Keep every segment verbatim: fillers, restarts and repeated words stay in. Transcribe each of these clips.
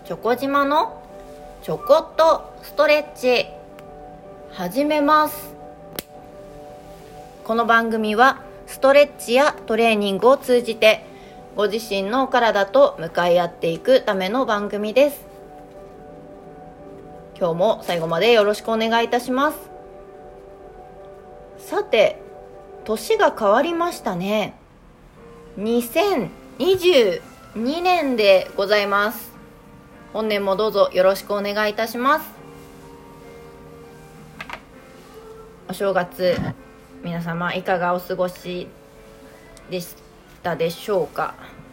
チョコ島のちょこっとストレッチ始めます。この番組はストレッチやトレーニングを通じてご自身の体と向かい合っていくための番組です。今日も最後までよろしくお願いいたします。さて、年が変わりましたね。にせんにじゅうにねんでございます。本年もどうぞよろしくお願いいたします。お正月、皆様いかがお過ごしでしたでしょうか。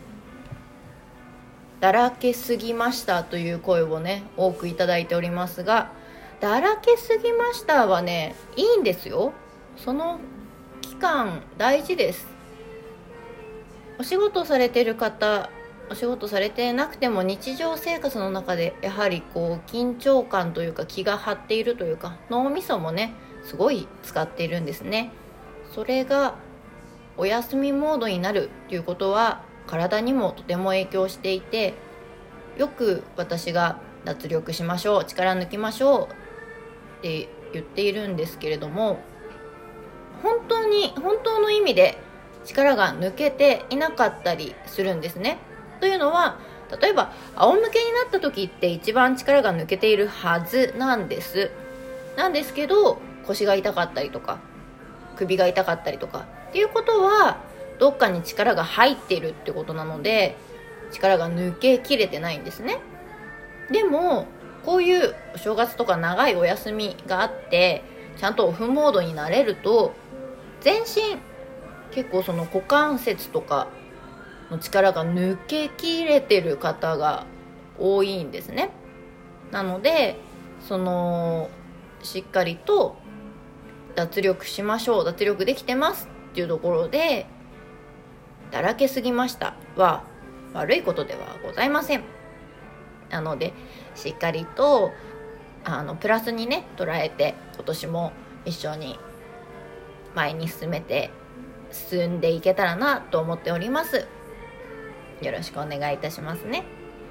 だらけすぎましたという声をね多くいただいておりますが、だらけすぎましたはねいいんですよ。その期間大事です。お仕事されている方、お仕事されてなくても日常生活の中でやはりこう緊張感というか気が張っているというか脳みそもねすごい使っているんですね。それがお休みモードになるということは体にもとても影響していて、よく私が脱力しましょう、力抜きましょうって言っているんですけれども、本当に本当の意味で力が抜けていなかったりするんですね。というのは、例えば仰向けになった時って一番力が抜けているはずなんですなんですけど、腰が痛かったりとか首が痛かったりとかっていうことはどっかに力が入っているってことなので、力が抜けきれてないんですね。でもこういうお正月とか長いお休みがあってちゃんとオフモードになれると、全身結構その股関節とかの力が抜けきれてる方が多いんですね。なのでそのしっかりと脱力しましょう、脱力できてますっていうところで、だらけすぎましたは悪いことではございません。なのでしっかりとあのプラスにね捉えて、今年も一緒に前に進めて進んでいけたらなと思っております。よろしくお願いいたしますね。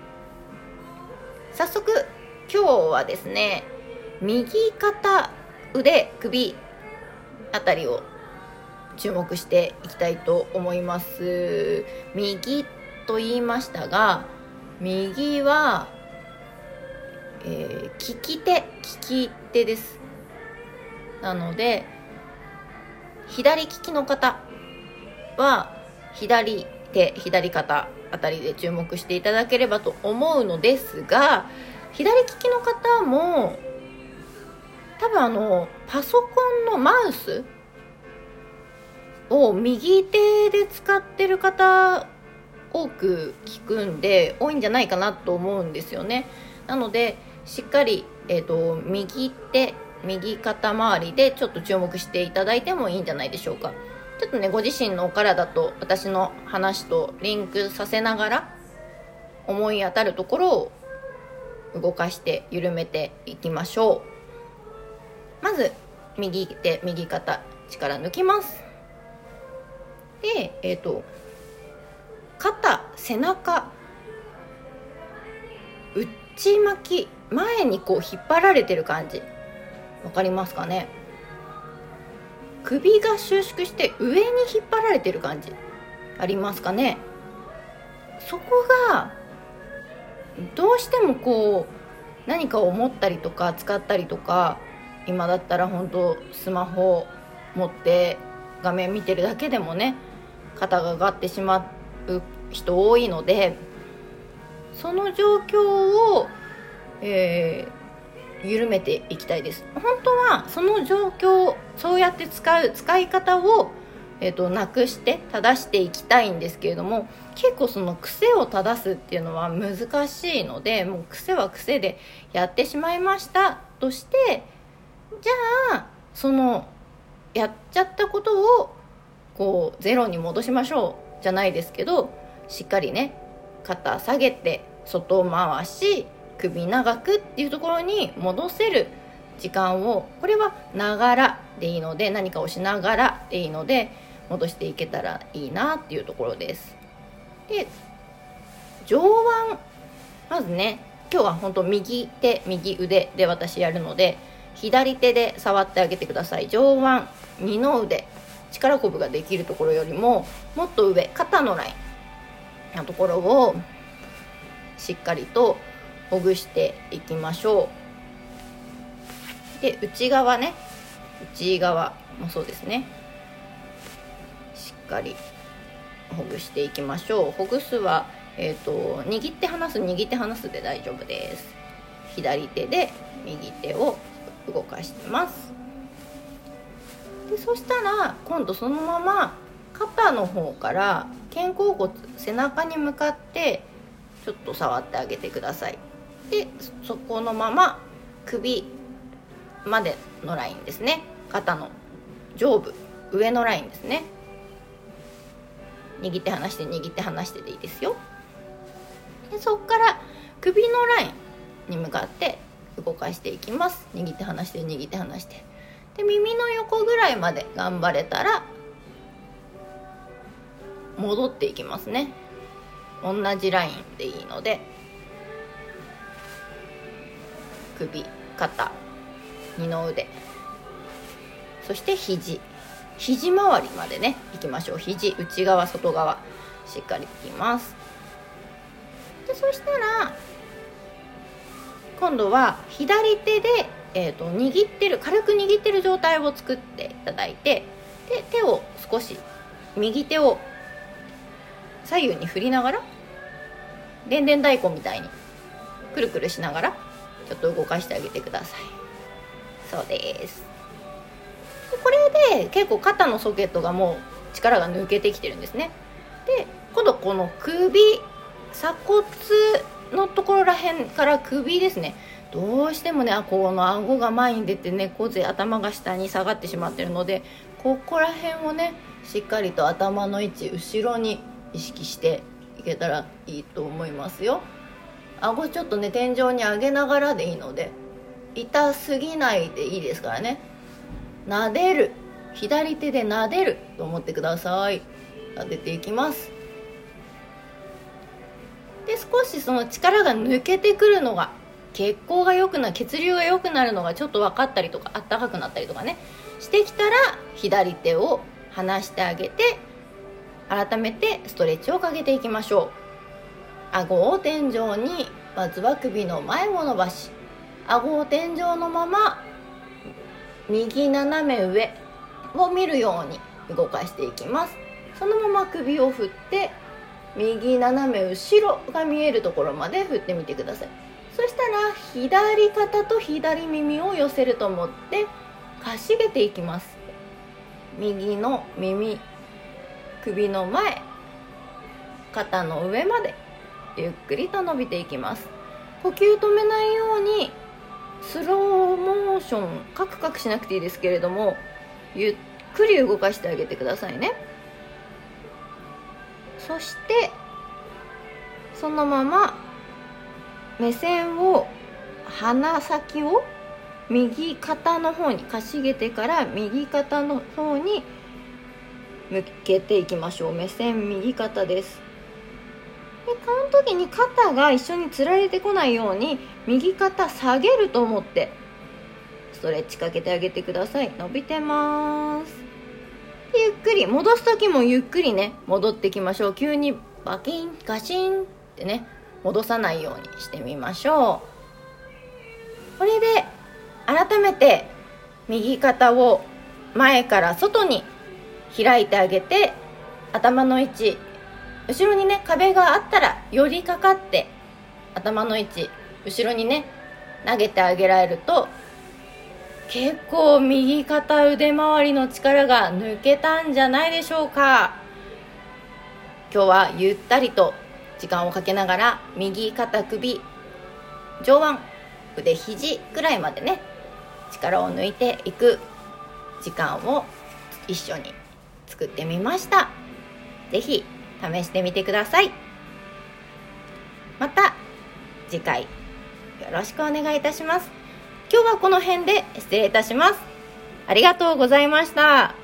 早速今日はですね、右肩、腕、首あたりを注目していきたいと思います。右と言いましたが、右は、えー、利き手利き手です。なので左利きの方は左手左肩あたりで注目していただければと思うのですが、左利きの方も多分あのパソコンのマウスを右手で使ってる方多く聞くんで多いんじゃないかなと思うんですよね。なのでしっかり、えーと、右手右肩周りでちょっと注目していただいてもいいんじゃないでしょうか。ちょっとねご自身のお体と私の話とリンクさせながら思い当たるところを動かして緩めていきましょう。まず右手右肩力抜きます。で、えーと肩背中内巻き前にこう引っ張られてる感じわかりますかね。首が収縮して上に引っ張られてる感じありますかね。そこがどうしてもこう何かを持ったりとか使ったりとか、今だったら本当スマホ持って画面見てるだけでもね肩が上がってしまう人多いので、その状況を、えー緩めていきたいです。本当はその状況、そうやって使う使い方を、えーと、なくして正していきたいんですけれども、結構その癖を正すっていうのは難しいので、もう癖は癖でやってしまいましたとして、じゃあそのやっちゃったことをこうゼロに戻しましょうじゃないですけど、しっかりね肩下げて外回し首長くっていうところに戻せる時間を、これはながらでいいので、何かをしながらでいいので戻していけたらいいなっていうところです。で、上腕、まずね今日は本当右手右腕で私やるので、左手で触ってあげてください。上腕、二の腕、力こぶができるところよりももっと上、肩のラインのところをしっかりとほぐしていきましょう。で、内側ね、内側もそうですね、しっかりほぐしていきましょう。ほぐすは、えーと、握って離す握って離すで大丈夫です。左手で右手を動かしてます。でそしたら今度そのまま肩の方から肩甲骨、背中に向かってちょっと触ってあげてください。でそこのまま首までのラインですね、肩の上部上のラインですね、握って離して握って離してでいいですよ。でそこから首のラインに向かって動かしていきます。握って離して握って離して、で耳の横ぐらいまで頑張れたら戻っていきますね。同じラインでいいので、首、肩、二の腕、そして肘肘周りまでねいきましょう。肘、内側外側しっかりいきます。でそしたら今度は左手で、えーと、握ってる軽く握ってる状態を作っていただいて、で手を少し右手を左右に振りながら、でんでん太鼓みたいにくるくるしながらちょっと動かしてあげてください。そうです。でこれで結構肩のソケットがもう力が抜けてきてるんですね。で今度この首、鎖骨のところらへんから首ですね、どうしてもねあこの顎が前に出て猫背、頭が下に下がってしまってるので、ここら辺をねしっかりと頭の位置後ろに意識していけたらいいと思いますよ。顎ちょっとね天井に上げながらでいいので、痛すぎないでいいですからね。撫でる、左手で撫でると思ってください。撫でていきます。で少しその力が抜けてくるのが、血行が良くなる、血流が良くなるのがちょっと分かったりとか、あったかくなったりとかねしてきたら、左手を離してあげて、改めてストレッチをかけていきましょう。顎を天井に、まずは首の前を伸ばし、顎を天井のまま右斜め上を見るように動かしていきます。そのまま首を振って、右斜め後ろが見えるところまで振ってみてください。そしたら左肩と左耳を寄せると思ってかしげていきます。右の耳、首の前、肩の上までゆっくりと伸びていきます。呼吸止めないようにスローモーション、カクカクしなくていいですけれども、ゆっくり動かしてあげてくださいね。そしてそのまま目線を、鼻先を右肩の方にかしげてから右肩の方に向けていきましょう。目線右肩です。でこの時に肩が一緒につられてこないように右肩下げると思ってストレッチかけてあげてください。伸びてます。でゆっくり戻す時もゆっくりね戻ってきましょう。急にバキンガシンってね戻さないようにしてみましょう。これで改めて右肩を前から外に開いてあげて、頭の位置、後ろにね壁があったら寄りかかって頭の位置後ろにね投げてあげられると、結構右肩腕周りの力が抜けたんじゃないでしょうか。今日はゆったりと時間をかけながら右肩、首、上腕、腕、肘ぐらいまでね力を抜いていく時間を一緒に作ってみました。ぜひ試してみてください。また次回よろしくお願いいたします。今日はこの辺で失礼いたします。ありがとうございました。